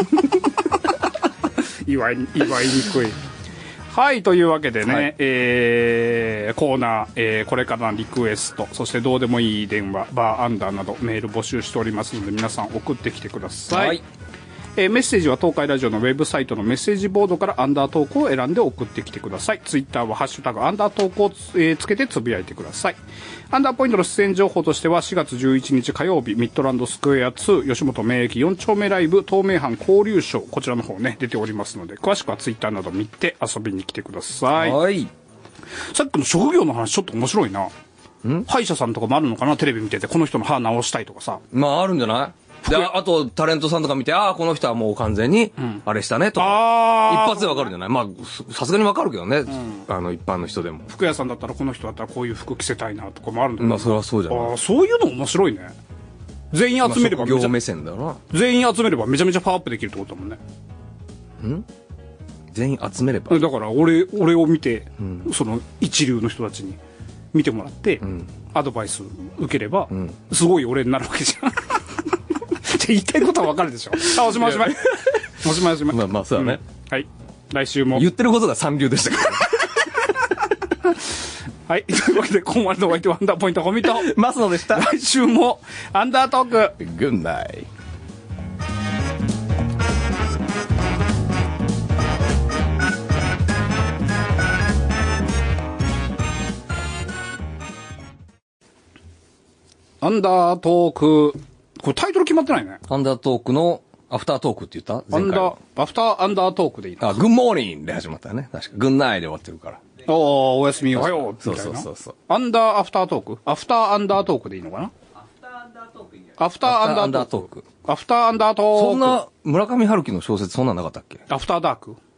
祝い、祝いにくい。はい、というわけでね、はい、えー、コーナー、えー、これからのリクエスト、そしてどうでもいい電話、バーアンダーなどメール募集しておりますので、皆さん送ってきてください。はい、えー、メッセージは東海ラジオのウェブサイトのメッセージボードからアンダートークを選んで送ってきてください。ツイッターはハッシュタグアンダートークをつ,、えー、つけてつぶやいてください。アンダーポイントの出演情報としてはしがつじゅういちにち火曜日ミッドランドスクエアツー吉本名駅よん丁目ライブ東名阪交流ショー、こちらの方ね出ておりますので、詳しくはツイッターなど見て遊びに来てください。 はい。 さっきの職業の話ちょっと面白いな。ん歯医者さんとかもあるのかな、テレビ見ててこの人の歯治したいとかさ。 まああるんじゃない。で、あと、タレントさんとか見て、ああ、この人はもう完全に、あれしたね、とか、うん。一発でわかるんじゃない。まあ、さすがにわかるけどね、うん、あの、一般の人でも。 服屋さんだったら、この人だったらこういう服着せたいな、とかもあるんだけど。 まあ、それはそうじゃない。 ああ、そういうの面白いね。全員集めればめちゃ、まあ、職業目線だな。 全員集めればめちゃめちゃパワーアップできるってことだもんね。 ん全員集めればだから、俺、俺を見て、うん、その、一流の人たちに見てもらって、うん、アドバイス受ければ、うん、すごい俺になるわけじゃん。言いたいことはわかるでしょ。あ、おしまいおしまい。おしまいおしまい。 まあまあ、そうだね、 うん。はい。来週も。 言ってることが三流でしたから。 はい。というわけで、今晚のお相手はアンダーポイントコミと、 マスノでした。 来週も、アンダートーク。 グッナイ。 アンダートーク。これタイトル決まってないね。 アンダートークのアフタートークって言った？ アンダー、アフターアンダートークでいいの？ あ、グッモーニングで始まったよね。確か。グッナイで終わってるから。 おー、おやすみ、おはよう。 そうそうそうそう。 アンダーアフタートーク？アフターアンダートークでいいのかな？アフターアンダートークいいんじゃない？アフターアンダートーク。アフターアンダートーク。 そんな、村上春樹の小説そんなんなかったっけ？ アフターダーク？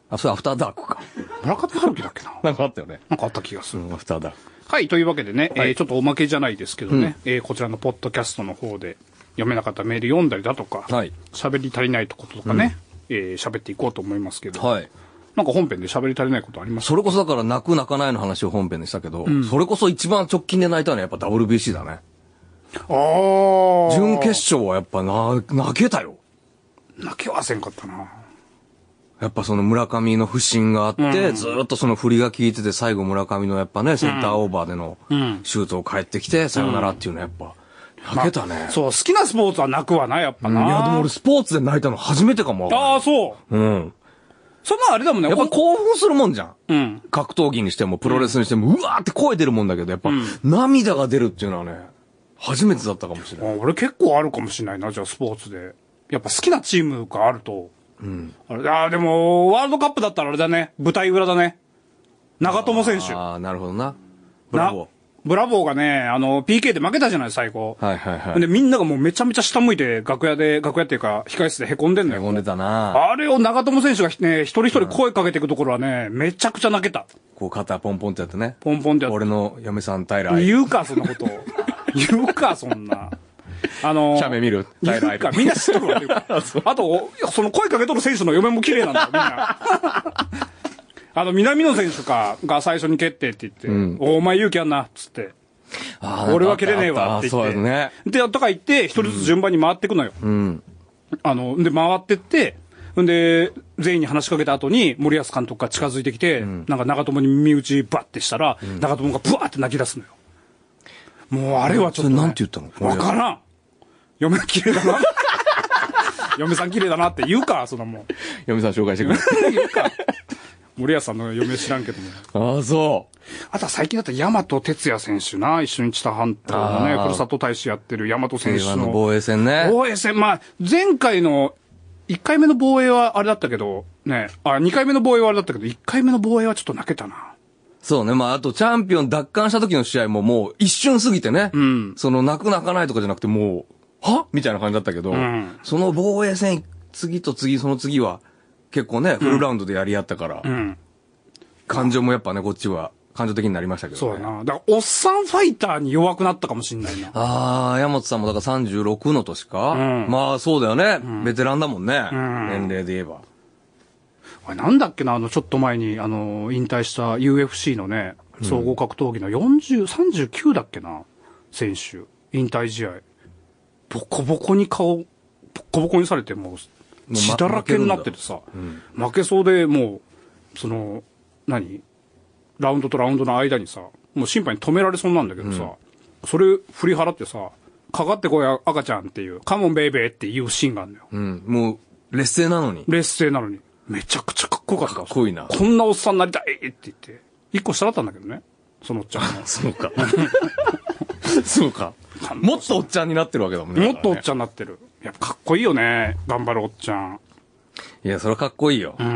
あ、それアフターダークか。 村上春樹だっけな。 なんかあったよね。 なんかあった気がする。 うん、アフターダーク。 はい、というわけでね、 はい、 えー、ちょっとおまけじゃないですけどね、うん、えー、こちらのポッドキャストの方で読めなかったメール読んだりだとか、はい、喋り足りないこととかね、うん、えー、喋っていこうと思いますけど、はい、なんか本編で喋り足りないことありますか？ それこそだから泣く泣かないの話を本編でしたけど、うん、それこそ一番直近で泣いたのはやっぱ ダブリュービーシー だね。 ああ。 準決勝はやっぱな、泣けたよ。 泣けはせんかったな。 やっぱその村上の不振があって、うん、ずーっとその振りが効いてて、最後村上のやっぱね、センターオーバーでのシュートを返ってきて、さよならっていうのはやっぱ、泣けたね、 まあ。そう、好きなスポーツは泣くわな、やっぱな。 うん、いや、でも俺スポーツで泣いたの初めてかも。 ああ、そう。 うん。 そんなあれだもんね。 やっぱ興奮するもんじゃん。 うん。 格闘技にしても、プロレスにしても、うわーって声出るもんだけど、やっぱ、うん、涙が出るっていうのはね、初めてだったかもしれない。 俺結構あるかもしれないな、じゃあスポーツで。やっぱ好きなチームがあると、うん。あれ、あでも、ワールドカップだったらあれだね。舞台裏だね。長友選手。 ああ、なるほどな。ブラボー。 ブラボーがね、あの、ピーケー で負けたじゃない、最後。 はいはいはい。 で、みんながもうめちゃめちゃ下向いて、楽屋で、楽屋っていうか、控室で凹んでんのよ。 凹んでたな。 あれを長友選手がね、一人一人声かけていくところはね、めちゃくちゃ泣けた。 こう肩ポンポンってやってね。 ポンポンってやって。 俺の嫁さん、平愛。 言うか、そんなこと。言うか、そんな。あのー、 写メ見る言うか、みんな知っとるわ。あと、その声かけとる選手の嫁も綺麗なんだよ、みんな。あの、南野選手か、が最初に決定って言って、うん、お, お前勇気あんな、っつって。俺は蹴れねえわ、って言って。そうね。で、とか言って、一人ずつ順番に回っていくのよ。うん。あの、で、回ってって、んで、全員に話しかけた後に、森保監督が近づいてきて、うん、なんか長友に耳打ちバッてしたら、うん、長友がブワーって泣き出すのよ。もう、あれはちょっと、ね。 それなんて言ったの？ わからん。嫁綺麗だな。嫁さん綺麗だなって言うか、そんなもん。 嫁さん紹介してくれ。言うか。 森保さんの嫁知らんけども。 ああ、そう。 あとは最近だったら大和哲也選手な、一緒に知多半島のね、ふるさと大使やってる大和選手の。 防衛戦ね。 防衛戦、まあ、前回の、いっかいめの防衛はあれだったけど、ね、あ、にかいめの防衛はあれだったけど、いっかいめの防衛はちょっと泣けたな。 そうね。まあ、あと、チャンピオン奪還した時の試合ももう一瞬過ぎてね。うん。その、泣く泣かないとかじゃなくて、もう、はみたいな感じだったけど、うん、その防衛戦、次と次、その次は、結構ね、フルラウンドでやり合ったから、うん、感情もやっぱね、こっちは、感情的になりましたけどね。 そうやな。だから、おっさんファイターに弱くなったかもしんないな。 ああ、山本さんもだからさんじゅうろくの年か、うん、まあ、そうだよね、うん。ベテランだもんね。うん、年齢で言えば。 あれ、なんだっけな、あの、ちょっと前に、あの、引退した ユーエフシー のね、総合格闘技のよんじゅう、さんじゅうきゅうだっけな、選手。引退試合。ボコボコに顔、ボコボコにされて、もう、血だらけになっててさ、うん、負けそうでもう、その、何ラウンドとラウンドの間にさ、もう審判に止められそうなんだけどさ、うん、それ振り払ってさ、かかってこい赤ちゃんっていう、カモンベイベーっていうシーンがあるのよ。 うん、もう、劣勢なのに。 劣勢なのに。めちゃくちゃかっこよかった。 かっこいいな。 こんなおっさんになりたいって言って、一個下だったんだけどね、そのおっちゃんが。そうか。そうか。もっとおっちゃんになってるわけだもんね。 もっとおっちゃんになってる。やっぱかっこいいよね。頑張るおっちゃん。 いや、それはかっこいいよ。うん。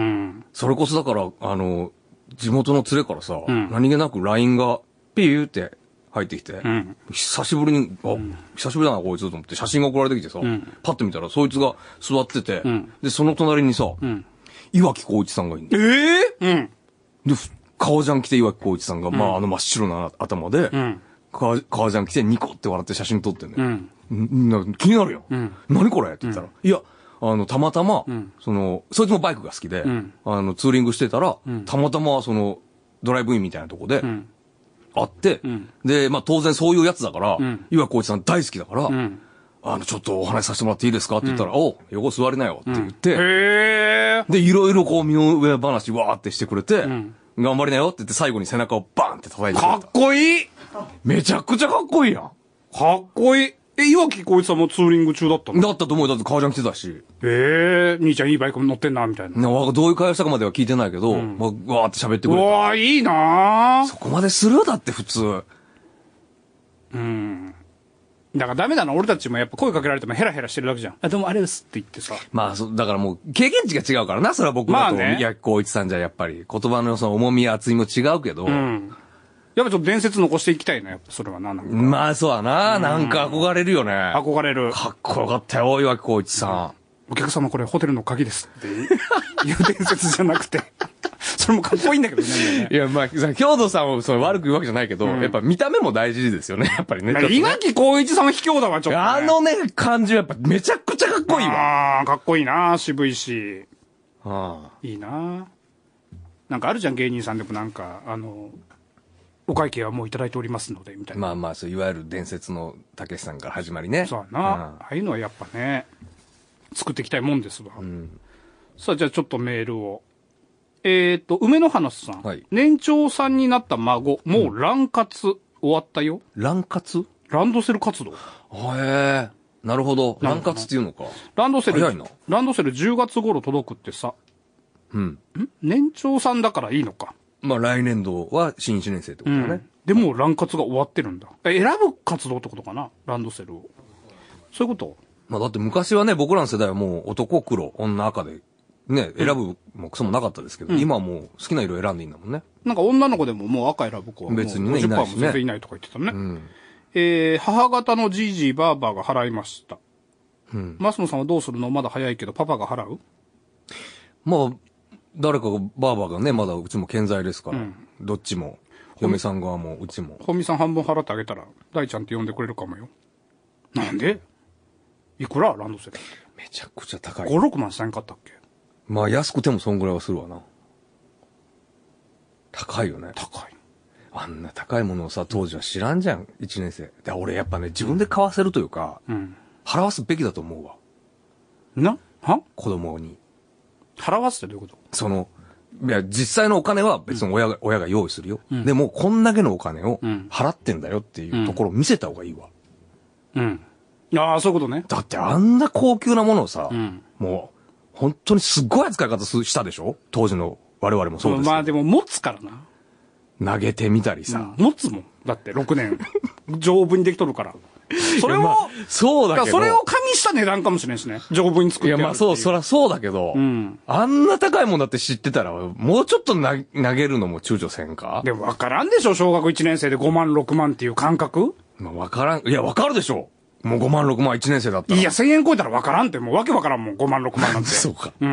それこそだから、あの、地元の連れからさ、うん、何気なく ライン がピューって入ってきて、うん、久しぶりに、あ、うん、久しぶりだなこいつと思って写真が送られてきてさ、うん、パッと見たらそいつが座ってて、うん、で、その隣にさ、うん、岩城光一さんがいるんだよ。 ええー、うん。 で、革ジャン着て岩城光一さんが、うん、まああの真っ白な頭で、うん革、革ジャン着てニコって笑って写真撮ってんね。うん。な気になるよ。うん。何これって言ったら、うん、いや、あの、たまたま、うん、その、そいつもバイクが好きで、うん、あの、ツーリングしてたら、うん、たまたま、その、ドライブインみたいなとこで、うん、会って、うん、で、まあ当然そういうやつだから、うん、岩城浩一さん大好きだから、うん、あの、ちょっとお話しさせてもらっていいですかって言ったら、うん、おう、横座りなよって言って、うん、へーで、いろいろこう、身の上話わーってしてくれて、うん、頑張りなよって言って最後に背中をバーンって叩いてくれた。 かっこいいめちゃくちゃかっこいいやん。 かっこいい。え、岩城浩一さんもツーリング中だったの？ だったと思うよ。だって革ジャン着てたし。 ええー、兄ちゃんいいバイク乗ってんな、みたいな。 などういう会話したかまでは聞いてないけど、うん、まあ、わーって喋ってくれた。 うわー、いいなー。 そこまでするだって普通。 うん。だからダメだな、俺たちもやっぱ声かけられてもヘラヘラしてるだけじゃん。あ、でもあれですって言ってさ。 まあ、そだからもう、経験値が違うからな、それは僕だと。まあね。岩城浩一さんじゃやっぱり、言葉のその重みや厚みも違うけど。うん。 やっぱちょっと伝説残していきたいな、やっぱそれはな。なんかまあそうだな、うん、なんか憧れるよね。 憧れる。 かっこよかったよ、岩城浩一さん。 お客様これホテルの鍵ですって。 いう伝説じゃなくて。それもかっこいいんだけどね。 いや、まあ、兵藤さんをその悪く言うわけじゃないけど、うん、やっぱ見た目も大事ですよね、やっぱりね。 岩城光一さんは卑怯だわ、ちょっと、ね。 あのね、感じはやっぱめちゃくちゃかっこいいわ。 ああ、かっこいいな、渋いし。 ああ。 いいな。なんかあるじゃん、芸人さんでもなんか、あの、お会計はもういただいておりますので、みたいな。 まあまあ、そう、いわゆる伝説のたけしさんから始まりね。 そうやな、うん。ああいうのはやっぱね、作っていきたいもんですわ。うん、さあ、じゃあちょっとメールを。えっ、ー、と、梅の花さん、はい。年長さんになった孫、もう卵活終わったよ。 卵活？ ランドセル活動。へえ。なるほど。卵活っていうのか。 ランドセル、 早いな。 ランドセルじゅうがつ頃届くってさ。 うん。 ん年長さんだからいいのか。 まあ来年度は新いちねん生ってことだね。うん、 でも卵活が終わってるんだ。え、選ぶ活動ってことかな、ランドセルを。そういうこと？ まあだって昔はね、僕らの世代はもう男黒、女赤で、ね、選ぶもクソもなかったですけど、うん、今はもう好きな色選んでいいんだもんね。 なんか女の子でももう赤選ぶ子は別にね、いないしね。 全然いないとか言ってたね。うん、えー、母方のじいじばあばが払いました。うん。増野さんはどうするの？まだ早いけど、パパが払う？ まあ、誰かが、ばあばがね、まだうちも健在ですから、うん、どっちも、嫁さん側もうちも。 本見さん半分払ってあげたら、大ちゃんって呼んでくれるかもよ。なんで？いくらランドセル？ めちゃくちゃ高い。 ご、ろくまんせんかったっけ？ まあ安くてもそんぐらいはするわな。高いよね。 高い。 あんな高いものをさ、当時は知らんじゃん、いちねん生。で、俺やっぱね、自分で買わせるというか、うん、払わすべきだと思うわ。 な？は？ 子供に。 払わすってどういうこと？ その、いや、実際のお金は別に親が、うん、親が用意するよ。うん、でも、こんだけのお金を払ってんだよっていうところを見せた方がいいわ。 うん。ああ、そういうことね。 だってあんな高級なものをさ、うん、もう、本当にすっごい扱い方したでしょ？当時の我々もそうですけど。 まあでも持つからな。 投げてみたりさ。 うん、持つもん。だってろくねん。丈夫にできとるから。それを、まあ、 そうだけど。 それを加味した値段かもしれないしね。丈夫に作ってやる。 いやまあそう、そりゃそうだけど、うん、あんな高いもんだって知ってたら、もうちょっとな投げるのも躊躇せんか？ でもわからんでしょ？小学いちねん生でごまんろくまんっていう感覚？ まあわからん。いやわかるでしょ？もうごまんろくまんいちねん生だったら。 いや、せんえん超えたらわからんって、もうわけわからんもん、ごまんろくまんなんて。 そうか。 うん。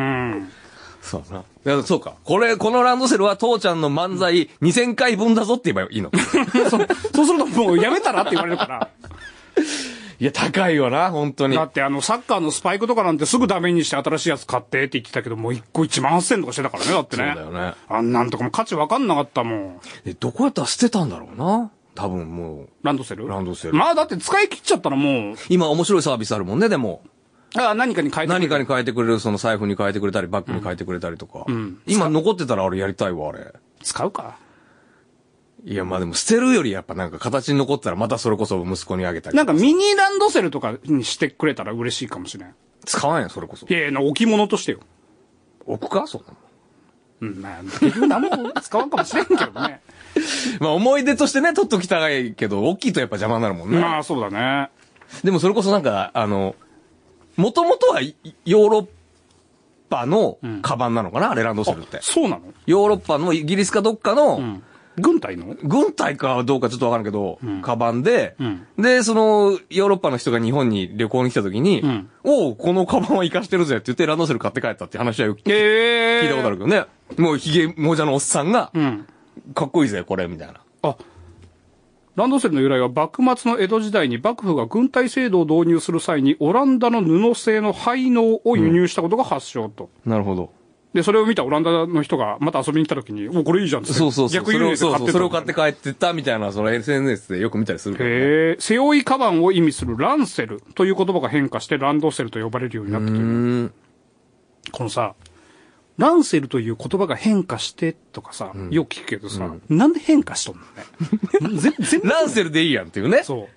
そうな。いや、そうか。これ、このランドセルは父ちゃんの漫才にせんかいぶんだぞって言えばいいの。 そう、そうするともうやめたらって言われるから。 いや、高いよな、本当に。 だってあの、サッカーのスパイクとかなんてすぐダメにして新しいやつ買ってって言ってたけど、もういっこいちまんはっせんとかしてたからね、だってね。 そうだよね。 あんなんとかも価値わかんなかったもん。 え、どこやったら捨てたんだろうな。多分もう。 ランドセル？ ランドセル。 まあだって使い切っちゃったらもう。 今面白いサービスあるもんね、でも。 ああ、何かに変えてくれる。 何かに変えてくれる、その財布に変えてくれたり、バッグに変えてくれたりとか。うん。今残ってたら俺やりたいわ、あれ。 使うか。 いや、まあでも捨てるよりやっぱなんか形に残ったらまたそれこそ息子にあげたり。 なんかミニランドセルとかにしてくれたら嬉しいかもしれん。 使わんやん、それこそ。 いやいや、置物としてよ。 置くかそんなの。 うん、まあ、結局何も使わんかもしれんけどね。 まあ思い出としてね、取っときたいけど、大きいとやっぱ邪魔になるもんね。 まあそうだね。 でもそれこそなんか、あの、もともとはヨーロッパのカバンなのかな、うん、あれランドセルって。 そうなの？ ヨーロッパのイギリスかどっかの、うん、 軍隊の軍隊かどうかちょっとわからんけど、うん、カバンで、 うん、 で、その、ヨーロッパの人が日本に旅行に来た時に、うん、おう、このカバンは活かしてるぜって言ってランドセル買って帰ったって話はよく、えー、聞いたことあるけどね。もうヒゲもじゃのおっさんが、うん、かっこいいぜ、これ、みたいな。 あ、ランドセルの由来は幕末の江戸時代に幕府が軍隊制度を導入する際にオランダの布製の灰能を輸入したことが発祥と。 うん、なるほど。 で、それを見たオランダの人がまた遊びに来た時に、お、これいいじゃんって。 そうそうそう。 逆輸入で買ってた。 それを買って帰ってったみたいな、その エスエヌエス でよく見たりするから、ね。 へえ。背負いカバンを意味するランセルという言葉が変化してランドセルと呼ばれるようになったという。うーこのさ、ランセルという言葉が変化してとかさ、うん、よく聞くけどさ、うん、なんで変化しとんのね。全全ランセルでいいやんっていうね。 そう。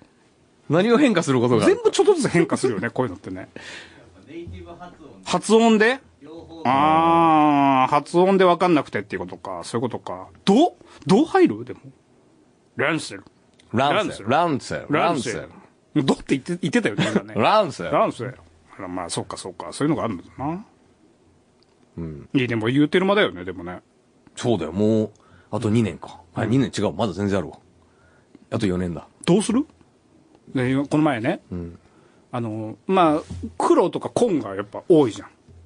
何を変化することが全部ちょっとずつ変化するよね、こういうのってね。発音であー、発音で分かんなくてっていうことか。そういうことか。どうどう入るでも。ランセル。 ランセル。ランセル。 ランセル。どうって言って、言ってたよね。 ランセル。 ランセル。まあ、そうかそうか。そういうのがあるんだな。うん。いい、でも言うてる間だよね、でもね。 そうだよ、もう、あとにねんか。はい、にねん違う。まだ全然あるわ。あとよねんだ。 どうするでこの前ね。うん。あの、まあ、黒とか紺がやっぱ多いじゃん。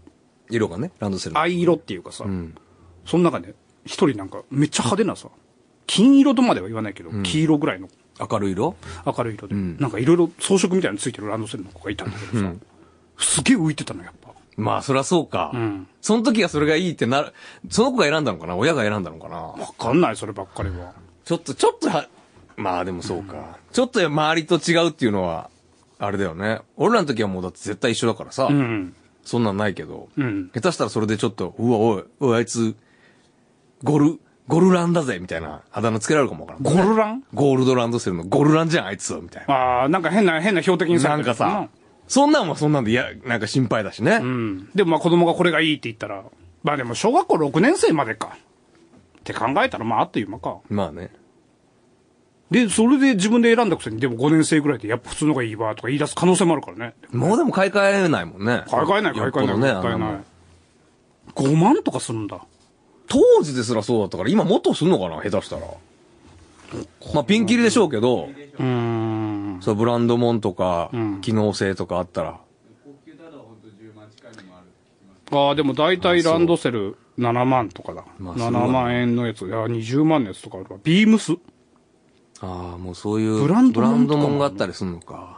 色がね、ランドセル。 藍色っていうかさ、うん、その中で、一人なんか、めっちゃ派手なさ、金色とまでは言わないけど、うん、黄色ぐらいの。 明るい色明るい色で。うん、なんかいろいろ装飾みたいなのついてるランドセルの子がいたんだけどさ、うん、すげえ浮いてたの、やっぱ。 まあ、そりゃそうか。うん。その時はそれがいいってなる、その子が選んだのかな親が選んだのかなわかんない、そればっかりは。 ちょっと、ちょっとは、まあでもそうか。うん、ちょっと周りと違うっていうのは、あれだよね。俺らの時はもうだって絶対一緒だからさ。うん。そんなんないけど。うん。下手したらそれでちょっと、うわ、おい、おい、あいつ、ゴル、ゴルランだぜ、みたいな、あだ名つけられるかもわからん。 ゴルランゴールドランドセルのゴルランじゃん、あいつは、みたいな。 ああ、なんか変な、変な標的にされてる。 なんかさ、そんなんはそんなんで、いや、なんか心配だしね。 うん。でもまあ子供がこれがいいって言ったら、まあでも小学校ろくねん生までか。って考えたらまああっという間か。 まあね。 で、それで自分で選んだくせに、でもごねん生ぐらいでやっぱ普通のがいいわとか言い出す可能性もあるからね。 もうでも買い替えないもんね。 買い替えない、買い替えない、買い替えない。ごまんとかするんだ。 当時ですらそうだったから、今もっとすんのかな下手したら。まあピンキリでしょうけど、うーん。そう、ブランドもんとか、うん、機能性とかあったら。 ああ、でも大体ランドセルななまんとかだ。まあ、ななまんえんのやつ。いや、にじゅうまんのやつとかあるわ。ビームス。 ああ、もうそういうブランドもんがあったりするのか。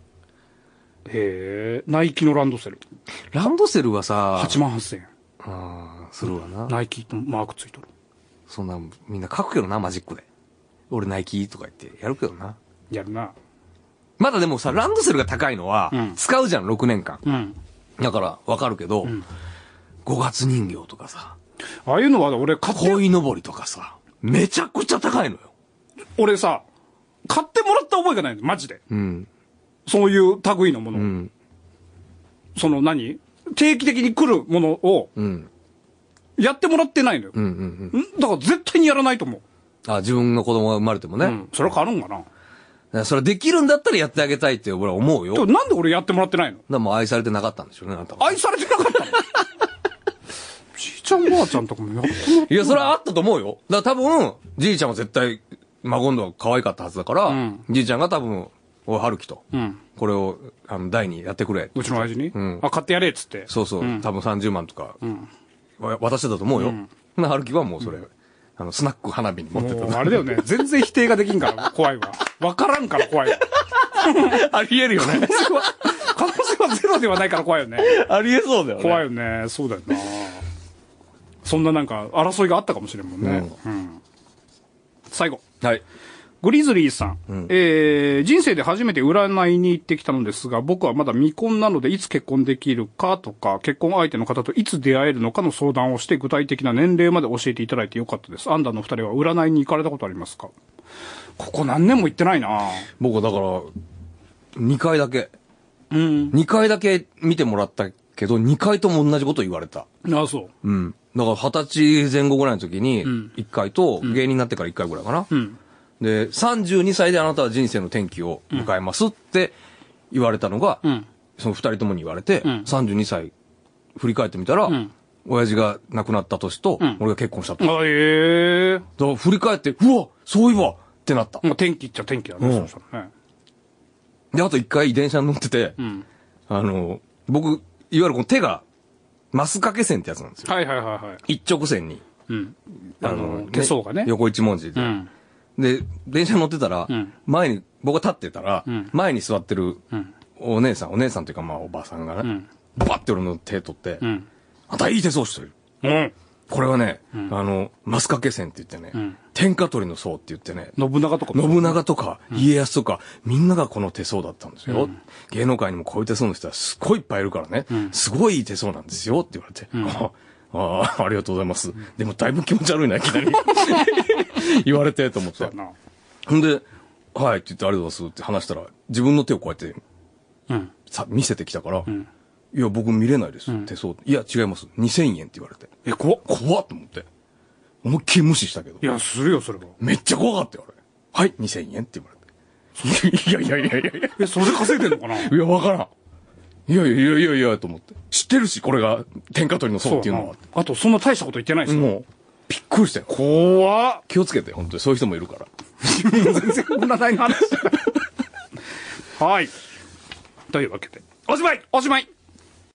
へえ、ナイキのランドセル。 ランドセルはさ、 はちまんはっせんえん。 ああ、するわな。 ナイキのマークついとる。 そんな、みんな書くけどな、マジックで。俺ナイキとか言ってやるけどな。 やるな。 まだでもさ、ランドセルが高いのは、うん、使うじゃん、ろくねんかん。うん。だから、わかるけど、うん、ごがつ人形とかさ。 ああいうのは俺買って。 鯉のぼりとかさ、めちゃくちゃ高いのよ。 俺さ、買ってもらった覚えがないの、マジで。うん。そういう類のもの。うん。その何定期的に来るものを、うん。やってもらってないのよ。うんうんうん。だから絶対にやらないと思う。 あ、自分の子供が生まれてもね。うん。 それは変わるんかな。それできるんだったらやってあげたいって俺は思うよ。 なんで俺やってもらってないの？だからもう愛されてなかったんでしょうね、あなたは。 愛されてなかったのじいちゃんばあちゃんとかもやってもらっていや、それはあったと思うよ。だから多分、じいちゃんは絶対、孫のは可愛かったはずだから、うん、じいちゃんが多分、おい、春樹と、うん、これを、あの、台にやってくれ。 うちの親父に、うん、あ、買ってやれっつって。 そうそう、うん、多分さんじゅうまんとか、うん、渡してたと思うよ。うん、春樹はもうそれ、うん、あの、スナック花火に持ってた。 あれだよね。全然否定ができんから怖いわ。わからんから怖いわ。 ありえるよね。 可能性は、可能性はゼロではないから怖いよね。 ありえそうだよね。 怖いよね。そうだよな。そんななんか、争いがあったかもしれんもんね。うん。うん、最後。 はい。 グリズリーさん、うん、えー、人生で初めて占いに行ってきたのですが、僕はまだ未婚なのでいつ結婚できるかとか、結婚相手の方といつ出会えるのかの相談をして、具体的な年齢まで教えていただいてよかったです。アンダーの二人は占いに行かれたことありますか？ここ何年も行ってないな。 僕はだから、にかいだけ。うん。にかいだけ見てもらったけど、にかいとも同じこと言われた。 ああ、そう。 うん。だから二十歳前後ぐらいの時に、いっかいと、芸人になってからいっかいぐらいかな。うん。で、さんじゅうにさいであなたは人生の転機を迎えますって言われたのが、うん、その二人ともに言われて、うん、さんじゅうにさい振り返ってみたら、うん、親父が亡くなった年と、俺が結婚したと。 あ、ええー。 だから振り返って、うわそういえばってなった。 まあ、転機っちゃ転機だね、そうしたらね。 で、あと一回電車に乗ってて、うん、あの、僕、いわゆるこの手が、マス掛け線ってやつなんですよ。 はいはいはいはい。 一直線に。 うん。あの、手相がね。 横一文字で。うんで、電車乗ってたら、うん、前に、僕が立ってたら、うん、前に座ってるお姉さん、お姉さんというかまあおばさんがね、うん、バッて俺の手取って、うん、あんたいい手相してる。うん、これはね、うん、あの、マス掛け線って言ってね、うん、天下取りの相って言ってね、 信長とか信長とか、家康とか、みんながこの手相だったんですよ。うん、芸能界にもこういう手相の人はすごいいっぱいいるからね、うん、すごいいい手相なんですよって言われて、うん、ああ、ありがとうございます。でもだいぶ気持ち悪いな、いきなり。言われてと思って。ほんで、はいって言ってありがとうございますって話したら、自分の手をこうやって、うん、さ、見せてきたから、うん、いや、僕見れないです、うん、手相。いや、違います。にせんえんって言われて。 え、怖っ怖っと思って。思いっきり無視したけど。 いや、するよ、それは。 めっちゃ怖かったよ、あれ。はい、にせんえんって言われて。いやいやいやいやいや。 え、それで稼いでんのかないや、わからん。いやいやいやいやいや、と思って。知ってるし、これが天下取りの相っていうのは。 あと、そんな大したこと言ってないですよ。もう、 びっくりしたよ。 怖っ。 気をつけて、本当に。そういう人もいるから。 全然占いの話。はい。というわけで、おしまいおしまい